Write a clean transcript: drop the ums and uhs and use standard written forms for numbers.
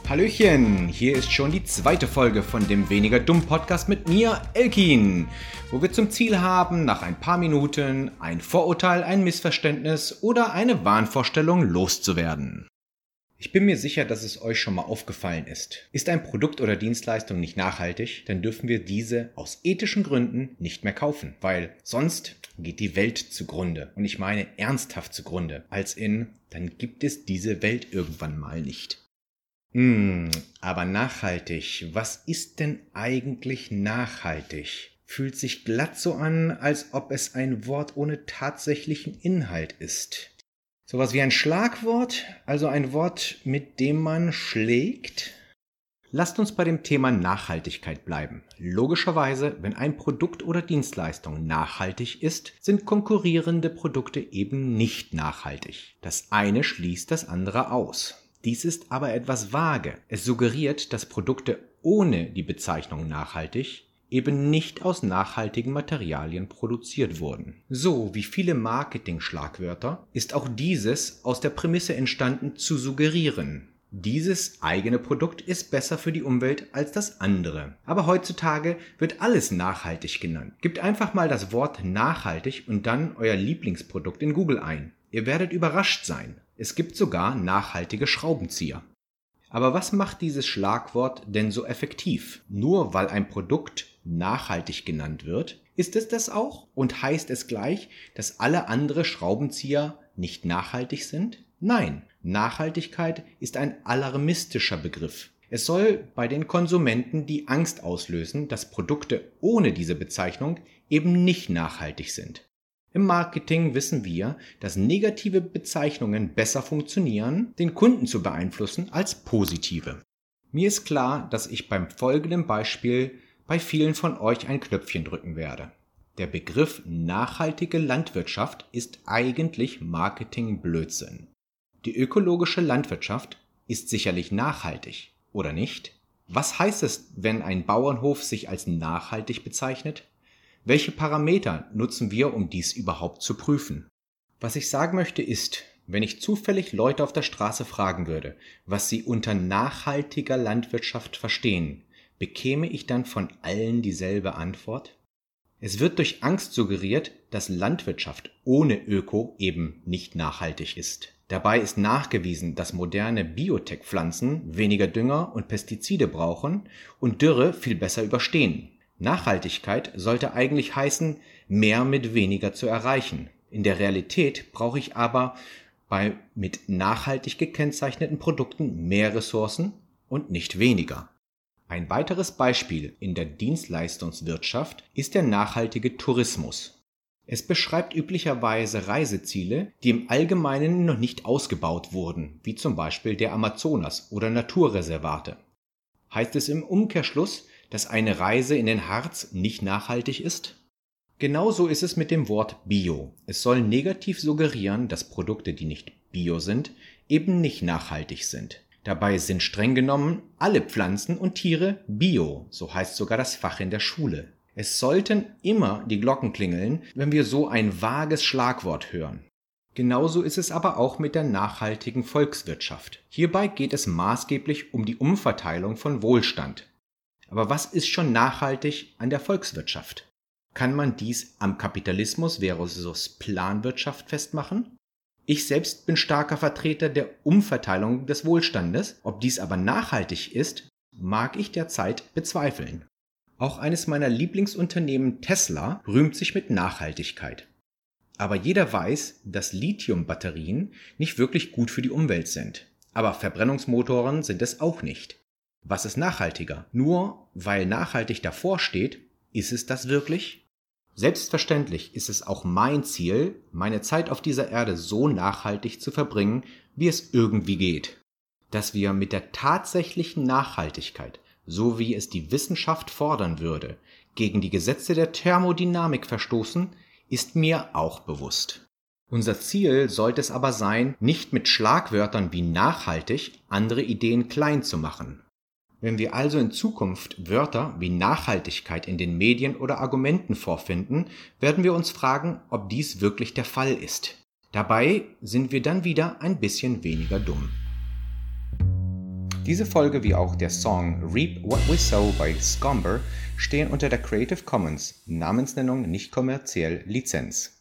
Hallöchen, hier ist schon die zweite Folge von dem Weniger Dumm Podcast mit mir, Elkin, wo wir zum Ziel haben, nach ein paar Minuten ein Vorurteil, ein Missverständnis oder eine Wahnvorstellung loszuwerden. Ich bin mir sicher, dass es euch schon mal aufgefallen ist. Ist ein Produkt oder Dienstleistung nicht nachhaltig, dann dürfen wir diese aus ethischen Gründen nicht mehr kaufen, weil sonst geht die Welt zugrunde. Und ich meine ernsthaft zugrunde, als in, dann gibt es diese Welt irgendwann mal nicht. Aber nachhaltig, was ist denn eigentlich nachhaltig? Fühlt sich glatt so an, als ob es ein Wort ohne tatsächlichen Inhalt ist. Sowas wie ein Schlagwort, also ein Wort, mit dem man schlägt? Lasst uns bei dem Thema Nachhaltigkeit bleiben. Logischerweise, wenn ein Produkt oder Dienstleistung nachhaltig ist, sind konkurrierende Produkte eben nicht nachhaltig. Das eine schließt das andere aus. Dies ist aber etwas vage. Es suggeriert, dass Produkte ohne die Bezeichnung nachhaltig eben nicht aus nachhaltigen Materialien produziert wurden. So wie viele Marketing-Schlagwörter ist auch dieses aus der Prämisse entstanden zu suggerieren. Dieses eigene Produkt ist besser für die Umwelt als das andere. Aber heutzutage wird alles nachhaltig genannt. Gebt einfach mal das Wort nachhaltig und dann euer Lieblingsprodukt in Google ein. Ihr werdet überrascht sein. Es gibt sogar nachhaltige Schraubenzieher. Aber was macht dieses Schlagwort denn so effektiv? Nur weil ein Produkt nachhaltig genannt wird, ist es das auch? Und heißt es gleich, dass alle anderen Schraubenzieher nicht nachhaltig sind? Nein, Nachhaltigkeit ist ein alarmistischer Begriff. Es soll bei den Konsumenten die Angst auslösen, dass Produkte ohne diese Bezeichnung eben nicht nachhaltig sind. Im Marketing wissen wir, dass negative Bezeichnungen besser funktionieren, den Kunden zu beeinflussen, als positive. Mir ist klar, dass ich beim folgenden Beispiel bei vielen von euch ein Knöpfchen drücken werde. Der Begriff nachhaltige Landwirtschaft ist eigentlich Marketing-Blödsinn. Die ökologische Landwirtschaft ist sicherlich nachhaltig, oder nicht? Was heißt es, wenn ein Bauernhof sich als nachhaltig bezeichnet? Welche Parameter nutzen wir, um dies überhaupt zu prüfen? Was ich sagen möchte ist, wenn ich zufällig Leute auf der Straße fragen würde, was sie unter nachhaltiger Landwirtschaft verstehen, bekäme ich dann von allen dieselbe Antwort? Es wird durch Angst suggeriert, dass Landwirtschaft ohne Öko eben nicht nachhaltig ist. Dabei ist nachgewiesen, dass moderne Biotech-Pflanzen weniger Dünger und Pestizide brauchen und Dürre viel besser überstehen. Nachhaltigkeit sollte eigentlich heißen, mehr mit weniger zu erreichen. In der Realität brauche ich aber bei mit nachhaltig gekennzeichneten Produkten mehr Ressourcen und nicht weniger. Ein weiteres Beispiel in der Dienstleistungswirtschaft ist der nachhaltige Tourismus. Es beschreibt üblicherweise Reiseziele, die im Allgemeinen noch nicht ausgebaut wurden, wie zum Beispiel der Amazonas oder Naturreservate. Heißt es im Umkehrschluss, dass eine Reise in den Harz nicht nachhaltig ist? Genauso ist es mit dem Wort Bio. Es soll negativ suggerieren, dass Produkte, die nicht Bio sind, eben nicht nachhaltig sind. Dabei sind streng genommen alle Pflanzen und Tiere Bio, so heißt sogar das Fach in der Schule. Es sollten immer die Glocken klingeln, wenn wir so ein vages Schlagwort hören. Genauso ist es aber auch mit der nachhaltigen Volkswirtschaft. Hierbei geht es maßgeblich um die Umverteilung von Wohlstand. Aber was ist schon nachhaltig an der Volkswirtschaft? Kann man dies am Kapitalismus versus Planwirtschaft festmachen? Ich selbst bin starker Vertreter der Umverteilung des Wohlstandes. Ob dies aber nachhaltig ist, mag ich derzeit bezweifeln. Auch eines meiner Lieblingsunternehmen Tesla rühmt sich mit Nachhaltigkeit. Aber jeder weiß, dass Lithium-Batterien nicht wirklich gut für die Umwelt sind. Aber Verbrennungsmotoren sind es auch nicht. Was ist nachhaltiger? Nur weil nachhaltig davor steht, ist es das wirklich? Selbstverständlich ist es auch mein Ziel, meine Zeit auf dieser Erde so nachhaltig zu verbringen, wie es irgendwie geht. Dass wir mit der tatsächlichen Nachhaltigkeit, so wie es die Wissenschaft fordern würde, gegen die Gesetze der Thermodynamik verstoßen, ist mir auch bewusst. Unser Ziel sollte es aber sein, nicht mit Schlagwörtern wie nachhaltig andere Ideen klein zu machen. Wenn wir also in Zukunft Wörter wie Nachhaltigkeit in den Medien oder Argumenten vorfinden, werden wir uns fragen, ob dies wirklich der Fall ist. Dabei sind wir dann wieder ein bisschen weniger dumm. Diese Folge wie auch der Song Reap What We Sow bei Scomber stehen unter der Creative Commons Namensnennung nicht kommerziell Lizenz.